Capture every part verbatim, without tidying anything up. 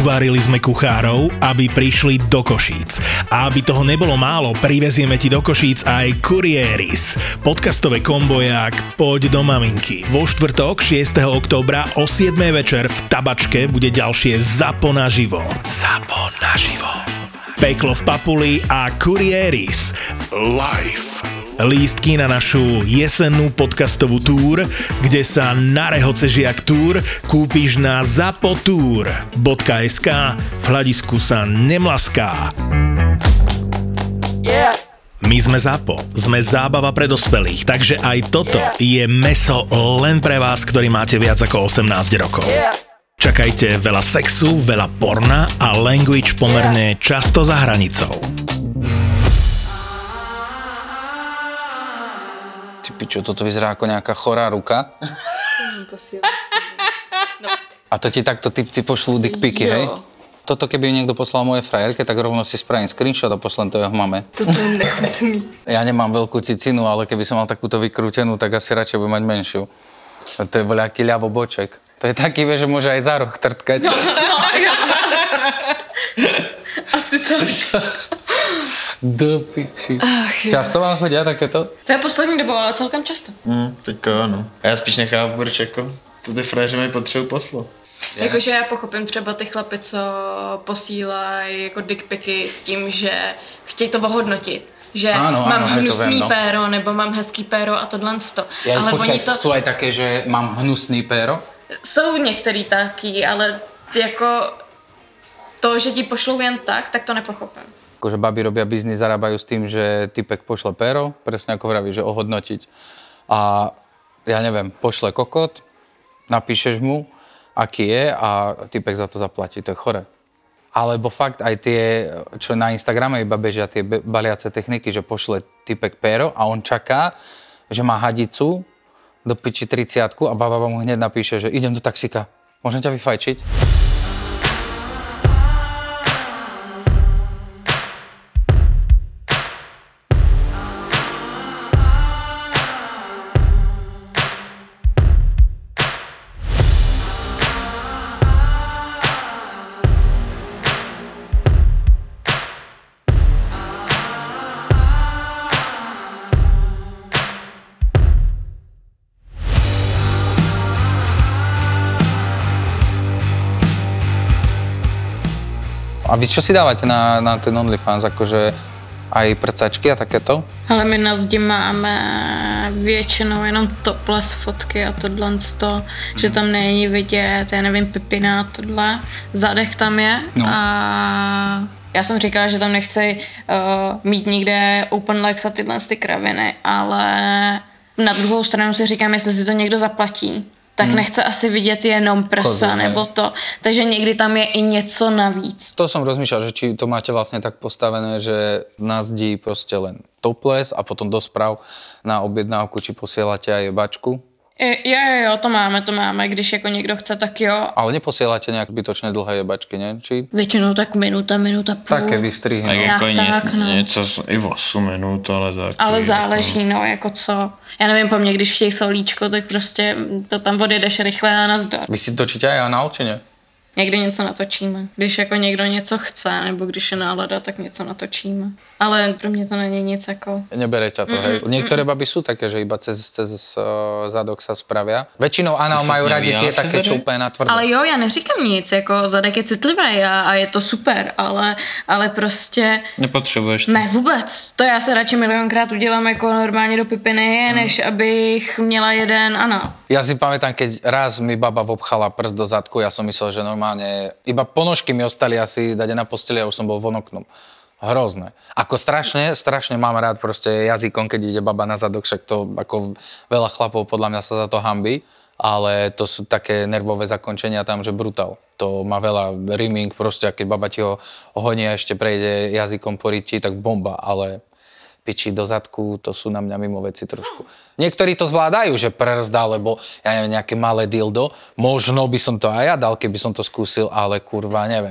Uvarili sme kuchárov, aby prišli do Košíc. A aby toho nebolo málo, privezieme ti do Košíc aj Kurieris. Podcastové kombojak Poď do maminky. Vo štvrtok šiesteho októbra o siedmej večer v Tabačke bude ďalšie Zapo naživo. Zapo naživo. Peklo v Papuli a Kurieris live. Lístky na našu jesennú podcastovú túr, kde sa na rehoce žiak túr kúpiš na zapotour bodka es ká. V hľadisku sa nemlaská. Yeah. My sme Zapo, sme zábava pre dospelých, takže aj toto je mäso len pre vás, ktorí máte viac ako osemnásť rokov. Yeah. Čakajte veľa sexu, veľa porna a language pomerne často za hranicou. Ty pičo, toto vyzerá ako nejaká chorá ruka. A to ti takto typci pošlú dickpiky, hej? Toto keby niekto poslal moje frajerke, tak rovno si spravím screenshot a pošlem to jeho mame. Co to je nechutný? Ja nemám veľkú cicinu, ale keby som mal takúto vykrútenú, tak asi radšej budem mať menšiu. A to je voľaký ľavoboček. To je taký, že môže aj za roh trtkať. No, no, ja. Asi to. Do piči. Ach, často vám chodia takéto? To je poslední dobou, ale celkem často. Mm, teďko ano. A já spíš nechápu, proč jako to ty frajeři mají potřebu poslu. Jakože já pochopím třeba ty chlapy, co posílají jako dickpiky s tím, že chtějí to ohodnotit. Že áno, mám áno, hnusný viem, no. péro, nebo mám hezký péro a tohle to. Ja, ale počkaj, oni to... chcú aj také, že mám hnusný péro? Jsou některý taky, ale jako to, že ti pošlou jen tak, tak to nepochopím. Akože baby robia biznis, zarábajú s tým, že typek pošle péro, presne ako vraví, že ohodnotiť. A ja neviem, pošle kokot, napíšeš mu, aký je a typek za to zaplatí, to je chore. Alebo fakt aj tie, čo na Instagrame iba bežia tie baliace techniky, že pošle typek péro a on čaká, že má hadicu do piči tridsiatku a baba mu hneď napíše, že idem do taxika, môžem ťa vyfajčiť? A vy čo si dávate na, na ten OnlyFans, akože aj prcačky a takéto? Ale my na zdi máme většinou jenom topless fotky a tohle to, mm. že tam není vidět, já nevím, pipina a tohle, zadek tam je no. A já jsem říkala, že tam nechci uh, mít nikde open legs a tyhle ty kraviny, ale na druhou stranu si říkám, jestli si to někdo zaplatí, tak hmm. nechce asi vidět jenom prsa Kozu, nebo to, takže někdy tam je i něco navíc. To som rozmýšľal, že či to máte vlastne tak postavené, že na zdi proste len topless a potom do správ na objednávku, či posielate aj jebačku. Jo, jo, jo, to máme, to máme, když jako někdo chce, tak jo. Ale neposielate nejak bytočne dlhé jebačky, ne? Či... Většinou tak minuta, minuta půl. Také výstrihy, tak no. jako Jak ně, tak, no. něco i osm minut, ale tak. Ale záleží, no, jako co. Já nevím, po mně, když chtějí solíčko, tak prostě to tam odjedeš rychle a nazdar. Vy si točíte aj anál, či ne? Někdy něco natočíme. Když jako někdo něco chce, nebo když je nálada, tak něco natočíme. Ale pro mě to není nic jako... Nebere ťa to, hej. Niektoré baby sú také, že iba cez, cez uh, zadok sa spravia. Väčšinou anál majú radi tie také, čo úplne natvrdo. Ale jo, já neříkám nic, jako zadek je citlivý a, a je to super, ale, ale prostě... Nepotřebuješ to. Ne, vůbec. To já se radši milionkrát udělám jako normálně do pipiny, hmm. než abych měla jeden anál. Ja si pamätám, keď raz mi baba vobchala prst do zadku, ja som myslel, že normálne iba ponožky mi ostali asi dať na posteli a už som bol von oknom. Hrozné. Ako strašne, strašne mám rád proste jazykom, keď ide baba na zadok, však to ako veľa chlapov podľa mňa sa za to hanbí, ale to sú také nervové zakončenia tam, že brutál. To má veľa rimming proste, a keď baba ti ho honí a ešte prejde jazykom po ryti, tak bomba, ale piči do zadku, to sú na mňa mimo veci trošku. Niektorí to zvládajú, že prrzda, lebo ja neviem, nejaké malé dildo. Možno by som to aj ja dal, keby som to skúsil, ale kurva, neviem.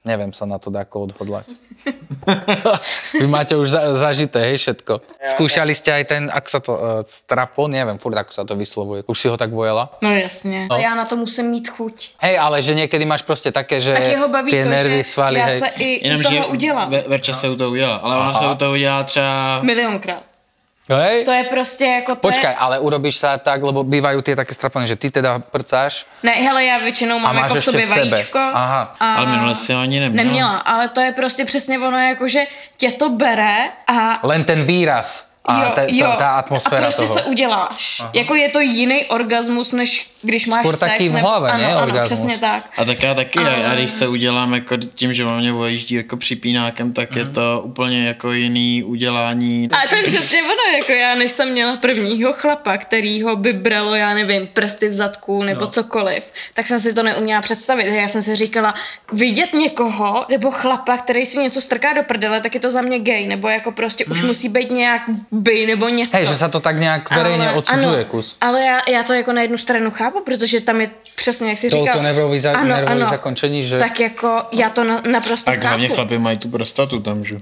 Neviem sa na to dáko odhodlať. Vy máte už za, zažité, hej, všetko. Skúšali ste aj ten, ak sa to, uh, strapon, neviem, furt ako sa to vyslovuje. Už si ho tak vojela? No jasně. No. Já na to musím mít chuť. Hej, ale že niekedy máš prostě také, že Tak jeho baví tie to, nervy, že svaly, já hej. se i Jenom, u toho že udělám. Ve, Verča se u toho udělá, ale ona se u toho udělá třeba... Milionkrát. Hej? To je prostě jako to Počkaj, je... ale urobíš sa tak, lebo bývajú tie také strapony, že ty teda prcáš. Ne, hele, já většinou mám máš jako v ještě sobě v sebe. vajíčko. Aha. A... Ale minule si ho ani neměla. Neměla, ale to je prostě přesně ono, jako že tě to bere a... Len ten výraz a jo, te, jo. tá atmosféra a prostě toho. se uděláš. Aha. Jako je to jiný orgasmus, než když máš Skôr sex. taký v nebo... hlave, ano, ne? ano, Orgasmus. přesně tak. A tak já taky, Ale- a když se udělám jako tím, že mě vojíždí jako připínákem, tak je to úplně jako jiný udělání. A to je přesně ono, jako já, než jsem měla prvního chlapa, kterýho by bralo, já nevím, prsty v zadku nebo no. cokoliv, tak jsem si to neuměla představit. Já jsem si říkala, vidět někoho, nebo chlapa, který si něco strká do prdele, tak je to za mě gay, nebo jako prostě hmm. už musí být nějak by nebo něco. Hej, že sa to tak nejak verejne odsudzuje kus. Ale já, já to jako na jednu stranu chápu, protože tam je přesně, jak jsi Toľko říkal. nervových za, ano, nervových ano, zakončení, že... tak jako já to na, naprosto Tak chápu. hlavně chlapi mají tu prostatu tam, že?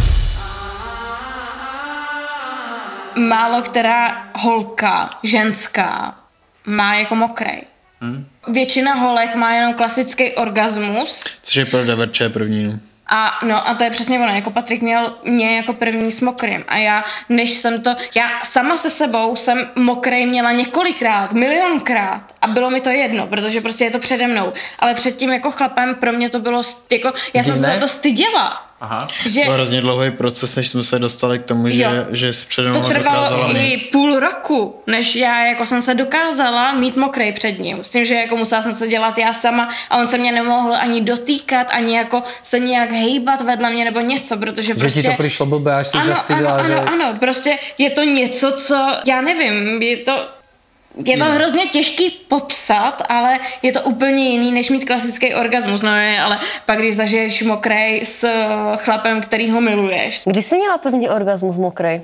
Málo která holka, ženská, má jako mokrej. Hmm. Většina holek má jenom klasický orgasmus. Což je pravda, Verča je první. No. A no a to je přesně ono, jako Patrik měl mě jako první s mokrým a já, než jsem to, já sama se sebou jsem mokrej měla několikrát, milionkrát a bylo mi to jedno, protože prostě je to přede mnou, ale před tím jako chlapem pro mě to bylo, jako, já jsem se za to styděla. Aha. Že Byl hrozně dlouhý proces, než jsme se dostali k tomu, že, že si přede mnou to trvalo dokázala i mít. půl roku, než já jako jsem se dokázala mít mokrej před ním. S tím, že jako musela jsem se dělat já sama a on se mě nemohl ani dotýkat, ani jako se nějak hejbat vedle mě nebo něco, protože že prostě... ti to přišlo blbé, až si ano, zastydila, ano, že... ano, ano, prostě je to něco, co, já nevím, je to... Je to hrozně těžký popsat, ale je to úplně jiný, než mít klasický orgasmus, no je, ale pak když zažiješ mokrej s chlapem, který ho miluješ. Kdy jsi měla první orgasmus mokrej?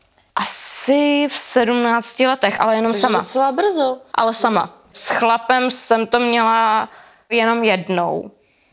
Asi v sedmnácti letech, ale jenom sama. docela brzo. Ale sama. S chlapem jsem to měla jenom jednou.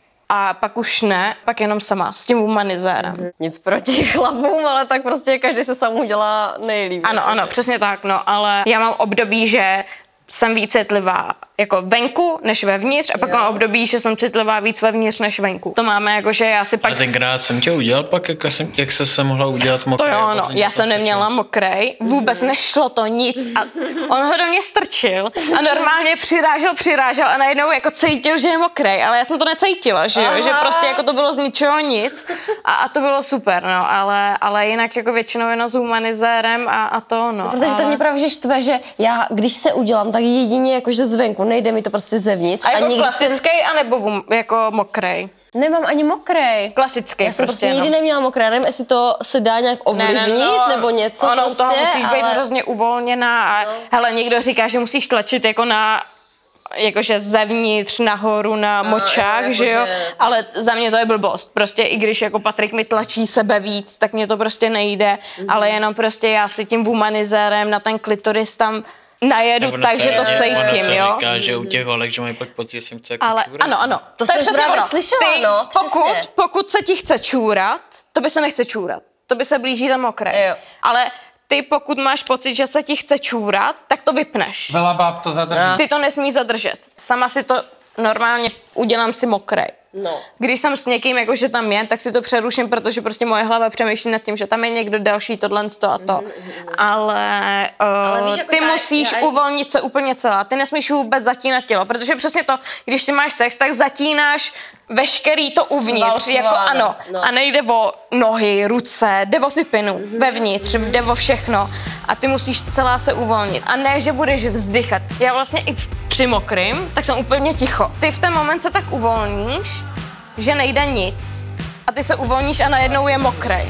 A pak už ne, pak jenom sama, s tím humanizérem. Nic proti chlapům, ale tak prostě každý se sám udělá nejlíp. Ano, ano, přesně tak, no, ale já mám období, že jsem víc citlivá jako venku než vevnitř a pak jo. mám období, že jsem citlivá víc vevnitř než venku. To máme jako, že já si pak... A tenkrát jsem tě udělal pak, jak, jsem, jak se se mohla udělat mokrej. To jo, no, já jsem neměla mokrej, vůbec nešlo to nic a on ho do mě strčil a normálně přirážel, přirážel a najednou jako cítil, že je mokrej, ale já jsem to necítila, že jo, že prostě jako to bylo z ničeho nic a, a to bylo super, no, ale, ale jinak jako většinou jenom s humanizérem a, a to, no. Protože ale... to mě právě že štve, že já, když se udělám, tak jedině jakože zvenku, nejde mi to prostě zevnitř. A jako nikdy klasický, jsem... anebo vum, jako mokrej? Nemám ani mokrej. Klasický Já jsem prostě, prostě nikdy no. neměla mokré, nevím, jestli to se dá nějak ovlivnit ne, ne, no, nebo něco ono, prostě, toho musíš ale... být hrozně uvolněná a no. Hele, někdo říká, že musíš tlačit jako na jakože zevnitř, nahoru, na močák, jako že jo, že... ale za mě to je blbost. Prostě i když jako Patrik mi tlačí sebe víc, tak mě to prostě nejde, mm-hmm. ale jenom prostě já si tím humanizérem na ten klitoris tam najedu tak, že to cítím, se jo. říká, že u těch holek, že mají pak pocit, že si jim chce jako Ale čůrat. ano, ano, To to je jsem přesně právě ono. slyšela, Ty, no, pokud, přesně. pokud se ti chce čůrat, to by se nechce čůrat. To by se blíží ten mokrej. Jo. Ale ty, pokud máš pocit, že se ti chce čůrat, tak to vypneš. Veľa báb to zadrží. Ty to nesmí zadržet. Sama si to normálně udělám si mokrej. No. Když jsem s někým, jako že tam je, tak si to přeruším, protože prostě moje hlava přemýšlí nad tím, že tam je někdo další, tohle, to a to. Ale, uh, Ale víš, jako ty já- musíš já- uvolnit se úplně celá. Ty nesmíš vůbec zatínat tělo, protože přesně to, když ty máš sex, tak zatínáš veškerý to uvnitř. Sval, Jako sval, ano. no. A nejde o nohy, ruce, jde o pipinu, vevnitř, jde o všechno. A ty musíš celá se uvolnit. A ne, že budeš vzdychat. Já vlastně i při mokrým, tak jsem úplně ticho. Ty v ten moment se tak uvolníš, že nejde nic. A ty se uvolníš a najednou je mokrej.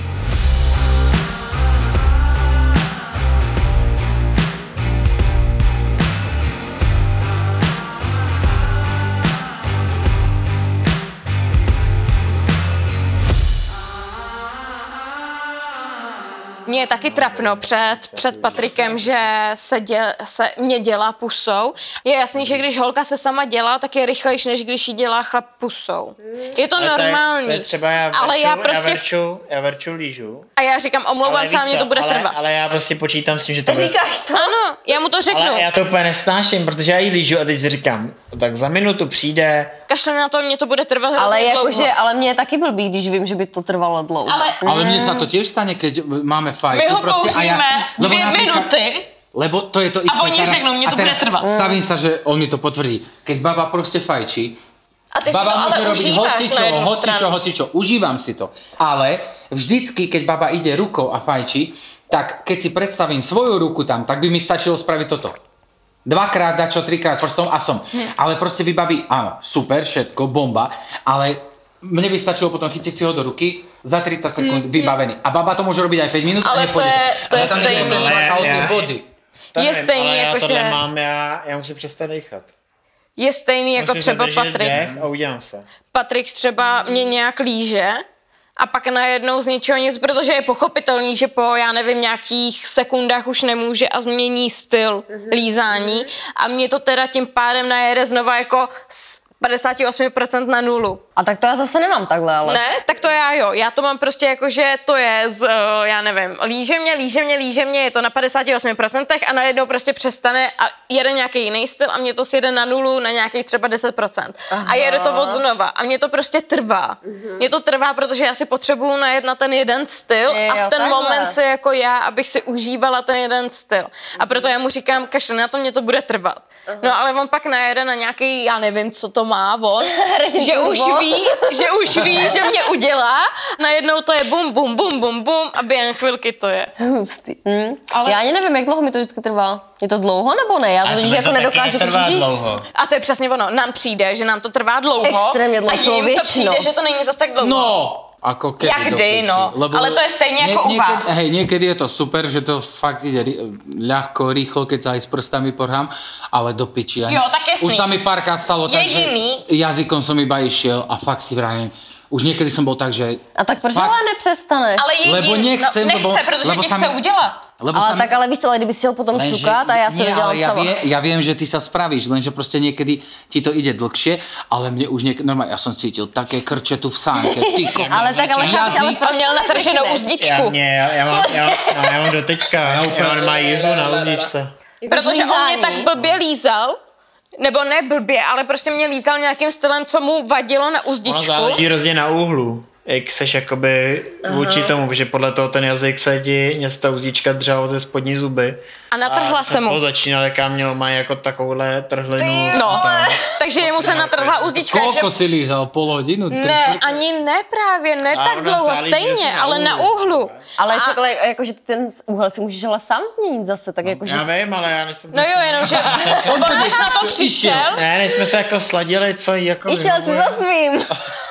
mě je taky trapno před, před Patrikem, že se, děl, se mě dělá pusou. Je jasný, že když holka se sama dělá, tak je rychlejší, než když ji dělá chlap pusou. Je to ale normální. To je, to je třeba já verču, ale já prostě... Já verču, já verču lížu. A já říkám, omlouvám se, a mě to bude ale, trvat. Ale já prostě počítám s tím, že to bude... Říkáš to? Ano, já mu to řeknu. Ale já to úplně nesnáším, protože já jí lížu a teď si říkám, tak za minutu přijde... Kašle na to, mě to bude trvat Ale hrozně jakože, dlouho. ale mě je taky blbý, když vím, že by to trvalo dlouho. Ale, Ale mne sa to tiež stane, keď máme fajku. my ho proste, a ja, kouříme lebo dvě napríklad- minuty. Lebo to je to isté. oni teraz, řeknú, mne to a teraz bude trvať. Stavím sa, že on mi to potvrdí. Keď baba proste fajčí, A ty si to baba ale môže robiť užíváš hocičo, na jednu hocičo, stranu. hocičo. Užívam si to. Ale vždycky, keď baba ide rukou a fajčí, tak keď si predstavím svoju ruku tam, tak by mi stačilo spraviť toto. Dvakrát, dačo, trikrát prstom a som. Hm. Ale proste vybaví, áno, super, všetko, bomba, ale mne by stačilo potom chytiť si ho do ruky, za tridsať sekúnd vybavený. A baba to môže robiť aj päť minút Ale a nepôjde to je- to je Ale tam stejný. nebudem tlak a o tie Ja- body. To Je nevím, stejný, ale jako já tohle že- mám, já, já musím přestat dýchat. Je stejný jako Musím třeba zadržet Patrik. dech a udělám se. Patrik třeba mě nějak líže a pak najednou z ničeho nic, protože je pochopitelný, že po, já nevím, nějakých sekundách už nemůže a změní styl lízání a mě to teda tím pádem najede znova jako z padesát osm procent na nulu. A tak to já zase nemám takhle, ale... Ne, tak to já jo. Já to mám prostě jako, že to je z, uh, já nevím, líže mě, líže mě, líže mě, je to na padesát osm procent a najednou prostě přestane a jede nějaký jiný styl a mě to sjede na nulu na nějakých třeba deset procent. Aha. A jede to od znova a mě to prostě trvá. Mm-hmm. Mě to trvá, protože já si potřebuju najet na ten jeden styl Je, a v jo, ten takhle. moment se jako já, abych si užívala ten jeden styl. A proto já mu říkám, kašle, na to mě to bude trvat. Aha. No ale on pak najede na nějaký, já nevím, co to má on, že už ví, že už ví, že mě udělá, najednou to je bum, bum, bum, bum, bum a během chvilky to je. Hustý. Hm. Ale- Já ani nevím, jak dlouho mi to vždycky trvá. Je to dlouho nebo ne? Já to totiž jako nedokážu to říct. dlouho. A to je přesně ono, nám přijde, že nám to trvá dlouho. Extrémně dlouho, a jim to věčnost. přijde, že to není zas tak dlouho. No, ako kedy. Jak do kdy, piči. no. Ale to je stejně jako u vás. Hej, niekedy je to super, že to fakt ide ri- ľahko, rýchlo, keď sa aj s prstami porhám, ale do piči. Jo, tak jasný. Už sa mi párkrát stalo tak, že Jediný- jazykom som iba išiel a fakt si vravím, už niekedy som bol tak, že... A tak proč fakt- ale nepřestaneš? Ale jedin, Lebo nechcem, no, nechce, lebo- protože lebo ti sa chce mi- udělat. Lebo Ale sa mi- tak ale víš co, ale kdyby si jel potom Lenže- šukat a já si nie, to dělám ale ja sama. Vie, ja viem, že ty sa spravíš, lenže proste niekedy ti to ide dlhšie, ale mne už niekedy, normálne, ja som cítil také krče tu v sánke, ty ko... Ale tak ale, Jazyk- ale proč A měl to natrženou neřekneš? uzdičku. Já, mě, já, já, mám, já, no, já mám do teďka, já, já mám má jízu na uzdičce. Jako Protože on mě lízání. tak blbě lízal, nebo ne blbě, ale prostě mě lízal nějakým stylem, co mu vadilo na Ono uzdičku. záleží hrozně na úhlu. Jak seš jakoby vůči tomu, protože podle toho ten jazyk se ti něco ta uzdička držela o ty spodní zuby. A natrhla se mu. A začínal, jaká měl, má jako takovouhle trhlinu. No, takže jemu se natrhla uzdička. Koľko že- si lízal? Pol hodinu? Tri Ne, štvrte? ani ne právě, ne A tak ona dlouho, stále stejně, líže na ale na úhlu. úhlu. Ale A- však, ale jakože ty ten úhel si můžeš ale sám změnit zase, tak jakože... Já vím, ale já nejsem... No jo, jenomže on až na to přišel Ne, než jsme se jako sladili, co jí jako... Išel si za svým.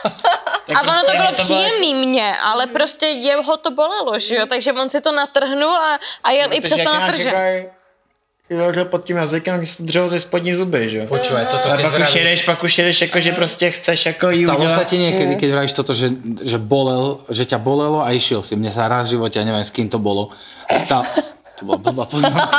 Tak a ono to prostě bylo to bylo- příjemný mně, ale prostě jeho to bolelo, že jo, takže on si to natrhnul a, a jel i Protože přesto jak natržet. Že pod tím jazykem, když si držel ty spodní zuby, že jo? Počúvaj, toto A keď pak už vravíš, jedeš, pak už jedeš, jako, že prostě chceš jako jí stalo udělat. sa ti niekedy, keď vravíš toto, že, že bolel, že ťa bolelo a išiel si. Mne sa raz v živote, ja neviem, s kým to bolo. Stá... To bola blbá poznámka.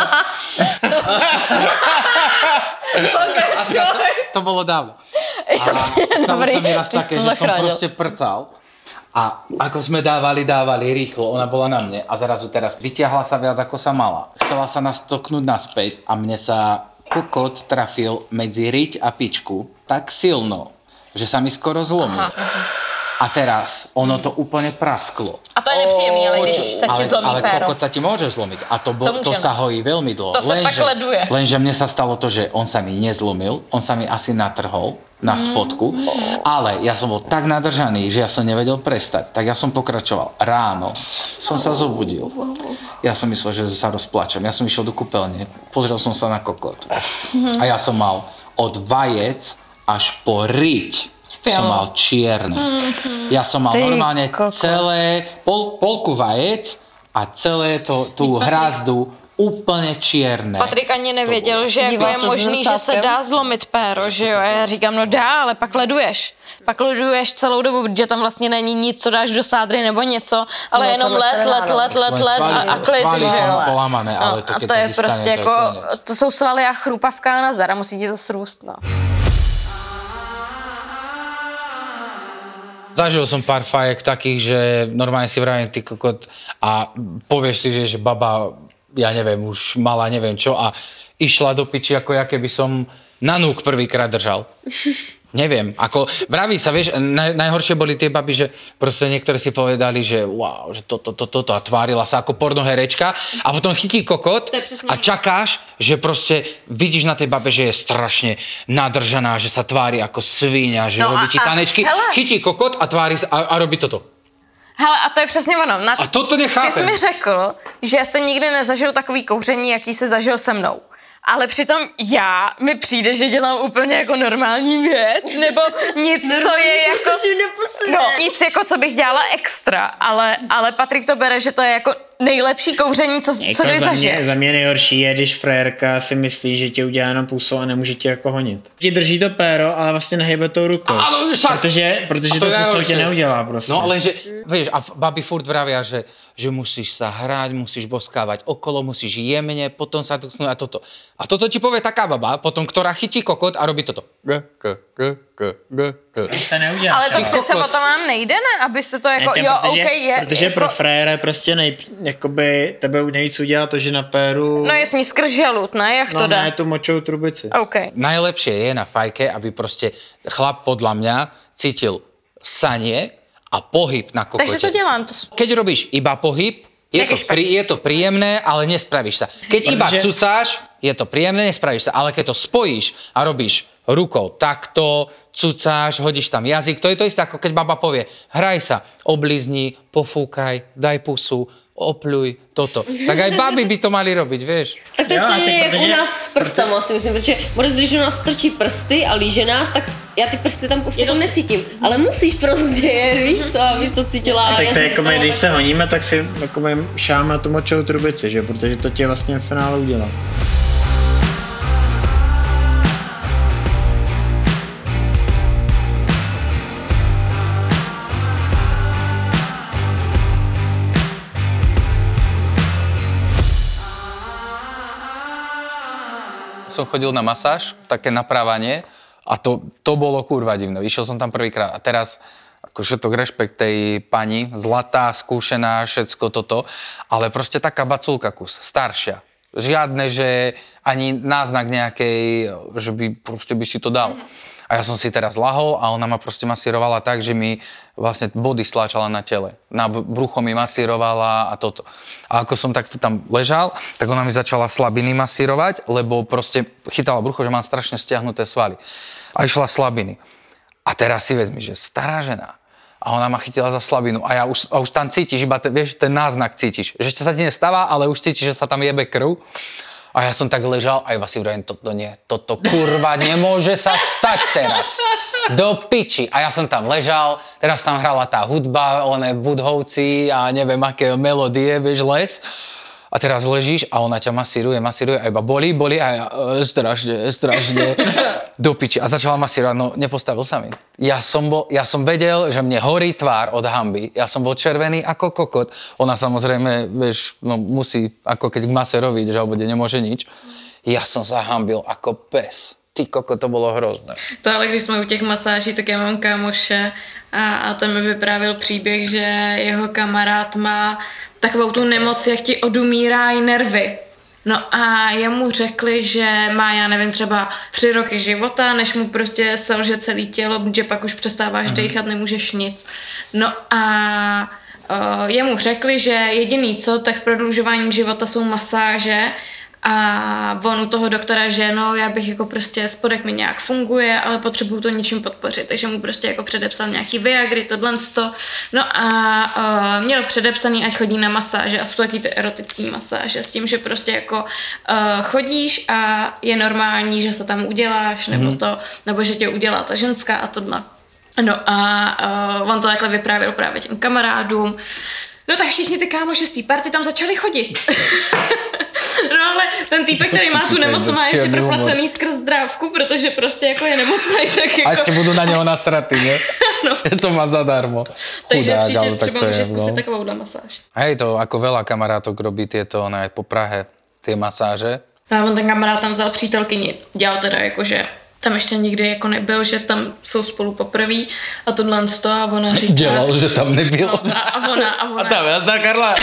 Asi to, to bolo dávno. A stalo dobrý, sa mi raz ty si také, to že som zachránil. proste prcal. A ako sme dávali, dávali rýchlo, ona bola na mne a zrazu teraz vytiahla sa viac ako sa mala. Chcela sa nastoknúť naspäť a mne sa kokot trafil medzi riť a pičku tak silno, že sa mi skoro zlomil. A teraz ono to úplne prasklo. A to je nepříjemný, ale když se ti Ale, zlomí ale péro. kokot sa ti môže zlomiť a to, bo, To to, môže, sa no. hojí veľmi dlho. To sa pak leduje. Lenže mne sa stalo to, že on sa mi nezlomil, on sa mi asi natrhol na spodku, mm. ale ja som bol tak nadržaný, že ja som nevedel prestať. Tak ja som pokračoval. Ráno som sa zobudil. Ja som myslel, že sa rozplačem. Ja som išiel do kúpeľne, pozrel som sa na kokot. A ja som mal od vajec až po riť som mal čierne. Ja som mal Ty normálne kokos. celé, pol, polku vajec a celé to, tú hrazdu úplně čierne. Patrik ani nevěděl, že jako je se možný, že se dá zlomit péro, že jo? A já říkám, no dá, ale pak leduješ. Pak leduješ celou dobu, protože tam vlastně není nic, co dáš do sádry nebo něco, ale No, jenom to let, se let, nedá, let, let, let a, a klid, svaly že jo? polamané, ale No, to, a keď to sa je ti prostě stane, jako, to je koniec. to jsou svaly a chrupavka na zara, musí ti to srůst, no. Zažil som pár fajek takých, že normálne si vravím, ty kokot, a povieš si, že, že baba, ja neviem, už mala neviem čo a išla do piči, ako ja keby som na núk prvýkrát držal. Neviem, ako vraví sa, vieš, naj, najhoršie boli tie baby, že proste niektoré si povedali, že wow, že toto, toto, toto a tvárila sa ako pornoherečka a potom chytí kokot a čakáš, že proste vidíš na tej babe, že je strašne nadržaná, že sa tvári ako svíňa, že No robí a- ti a- tanečky, hele. chytí kokot a tvári sa a, a robí toto. Hele, a to je přesně ono. Na... A toto nechápem. Ty jsi mi řekl, že jsi nikdy nezažil takový kouření, jaký jsi zažil se mnou. Ale přitom já, mi přijde, že dělám úplně jako normální věc, nebo nic, co je jako... No, nic jako, co bych dělala extra, ale, ale Patrik to bere, že to je jako nejlepší kouření, co, co Jako kdy za, zažil. mě, za mě nejhorší je, když frérka si myslí, že tě udělá jenom pusou a nemůže tě jako honit. Ti drží to péro, ale vlastně nehejbe tou rukou. Áno, však. Protože, protože A to, to je pusou tě najhoršie. neudělá prostě. No lenže, vieš, a baby furt vravia, že, že musíš sa hrať, musíš boskávať okolo, musíš jemne, potom sa tucnúť a toto. A toto ti povie taká baba, potom, ktorá chytí kokot a robí toto. G, g, g, g, g, g. To se neudělá. Ale to Ty přece kokot. o to vám nejde, ne? Abyste to jako, Ne, jo, protože, OK, je. protože jako, pro frére prostě nej, jakoby tebe nejvíc udělá to, že na péru No jasně, skrz žalud, ne? Jak to no, jde? ne tu močovou trubici. OK. Najlepšie je na fajke, aby proste chlap podľa mňa cítil sanie a pohyb na kokote. Takže to dělám. To... Keď robíš iba pohyb, je Jak to, je špatný. prí, je to príjemné, ale nespravíš sa. Keď iba Protože- cucáš, je to príjemné, nespravíš sa. Ale keď to spojíš a robíš rukou takto, cucáš, hodíš tam jazyk, to je to isté, ako keď baba povie, hraj sa, oblizni, pofúkaj, daj pusu, opľuj, toto. Tak aj baby by to mali robiť, vieš. Tak to je Jo, a stejně tak jak u protože- nás s prstama, si myslím, protože Boris, když u nás strčí prsty a líže nás, tak já ty prsty tam už potom necítím. Ale musíš prostě je, víš co, abys to cítila. A tak já to je jsem jako my, říkala, když tak- se honíme, tak si jako my šáme tu močovou trubici, že? Protože to tě vlastně v finále udělá. Som chodil na masáž, také naprávanie a to, to bolo kurva divné. Išiel som tam prvýkrát a teraz ako všetok rešpekt tej pani, zlatá, skúšená, všetko toto, ale proste taká baculka kus, staršia. Žiadne, že ani náznak nejakej, že by proste by si to dal. A ja som si teraz lahol a ona ma proste masírovala tak, že mi vlastne body stláčala na tele. Na brucho mi masírovala a toto. A ako som takto tam ležal, tak ona mi začala slabiny masírovať, lebo proste chytala brucho, že mám strašne stiahnuté svaly. A išla slabiny. A teraz si vezmi, že stará žena. A ona ma chytila za slabinu. A ja už, a už tam cítiš, iba ten, vieš, ten náznak cítiš. Že ešte sa ti nestáva, ale už cítiš, že sa tam jebe krv. A ja som tak ležal a iba si vravím, toto nie, toto kurva nemôže sa stať teraz. Do piči. A ja som tam ležal, teraz tam hrala tá hudba, oné Budhovci a neviem aké melódie, vieš, les. A teraz ležíš a ona ťa masíruje, masíruje a iba bolí, bolí a ja e, strašne, strašne, do piči. A začala masírovať, no nepostavil sa mi. Ja som, bol, ja som vedel, že mne horí tvár od hanby. Ja som bol červený ako kokot. Ona samozrejme, vieš, no musí, ako keď k masérovi ideš, alebo kde nemôže nič. Ja som sa hanbil ako pes. Ty koko, to bylo hrozné. To ale když jsme u těch masáží, tak já mám kámoše a, a ten mi vyprávěl příběh, že jeho kamarád má takovou tu nemoc, jak ti odumírají nervy. No a jemu řekli, že má, já nevím, třeba tři roky života, než mu prostě selže celé tělo, že pak už přestáváš mm. dýchat, nemůžeš nic. No a uh, jemu řekli, že jediný co, tak prodlužování života jsou masáže. A on u toho doktora, že no, já bych jako prostě spodek mi nějak funguje, ale potřebuju to něčím podpořit, takže mu prostě jako předepsal nějaký Viagry, tohle to. No a uh, měl předepsaný, ať chodí na masáže a jsou to taky ty erotický masáže s tím, že prostě jako uh, chodíš a je normální, že se tam uděláš, nebo Mhm. to, nebo že tě udělá ta ženská a tohle. No a uh, on to takhle vyprávěl právě těm kamarádům. No tak všichni ty kámoši z té party tam začali chodit. No ale ten týpek, který má tu nemoc, to má ještě proplacený skrz zdrávku, protože prostě jako je nemocný, tak jako... A ještě budu na něho nasratý, ne? No. Že to má zadarmo. Takže Chudák, příště ale tak třeba to je, můžeš no. zkusit takovouhle masáž. Hej, to ako veľa kamarátok robí tieto, ne, po Prahe, tie masáže. A on ten kamarád tam vzal přítelkyni, dělal teda jako, že tam ještě nikdy jako nebyl, že tam jsou spolu poprvé a tohle z toho a ona říká... Dělal, že tam nebyl. No, a ona, a ona... A tam, nazdar Karla.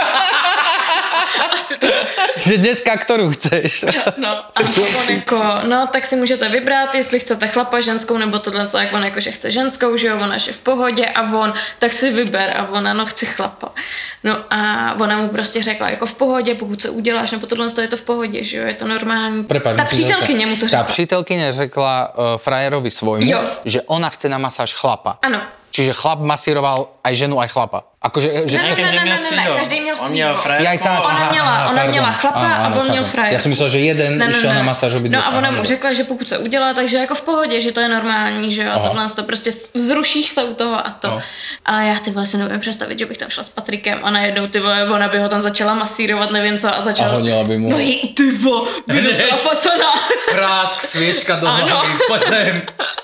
Asi to... Že dneska ktorú chceš. No, a on jako, no tak si můžete vybrat, jestli chcete chlapa, ženskou, nebo tohle, co, jak on jako, že chce ženskou, že jo, ona je v pohodě a on, tak si vyber a ona, no chci chlapa. No a ona mu prostě řekla, jako v pohodě, pokud se uděláš, nebo tohle, to je to v pohodě, že jo, je to normální. Prepáč, ta přítelkyně mu to řekla. Tá přítelkyně řekla uh, frajerovi svojmu, Jo. že ona chce na masáž chlapa. Ano. Čiže chlap masíroval aj ženu, aj chlapa. Akože, že... Ne, ne, Každý ne, měl ne, ne, svýho. každý měl On měl svýho. frajerku. Aj tak, Ona aha, měla, aha, ona pardon. měla chlapa Áno, a áno, on měl chápem. frajer. Ja som myslel, že jeden Ne, ne, išiel ne. na masáž obidve. No a ona Aha, mu dobre. řekla, že pokud se udělá, takže jako v pohodě, že to je normální, že jo, a tohle to prostě vzrušíš se u toho a to. No. Ale já ty vole si nevím představit, že bych tam šla s Patrikem a najednou ty vole, ona by ho tam začala masírovat, nevím co, a začala... A honila by mu. No jí, ty vole, by dostala facana. Prásk, sviečka do Áno. hlavy, poď sem.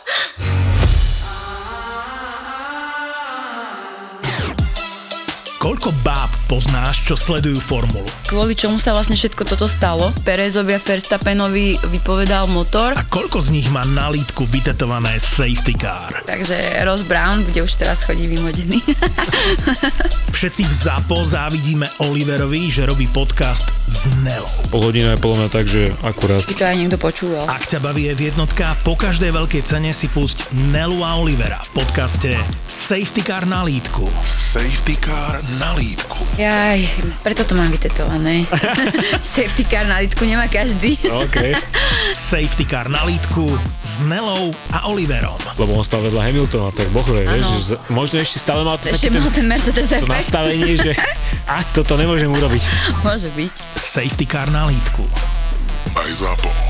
Koľko báb poznáš, čo sledujú formulu? Kvôli čomu sa vlastne všetko toto stalo? Perezovi a Verstappenovi vypovedal motor, A koľko z nich má na lítku vytetované safety car? takže Ross Brown bude už teraz chodí vymodený. Všetci v ZAPO závidíme Oliverovi, že robí podcast s Nelou. Pol hodina je podľa mňa tak, že akurát. By to aj niekto počúval. Ak ťa baví v jednotka, po každej veľkej cene si pusť Nelu a Olivera v podcaste Safety Car na lítku. Safety car na lítku. Jaj, preto to mám vytetované. Safety car na lítku nemá každý. OK. Safety Car na lítku s Nelou a Oliverom. Lebo on stal vedľa Hamiltona, tak bohre, vieš, Áno. že z- možno ešte stále mal to Ešte také mal ten Mercedes to efekt. nastavenie, že a toto nemôžem urobiť. Môže byť. Safety Car na lítku. Aj ZAPO.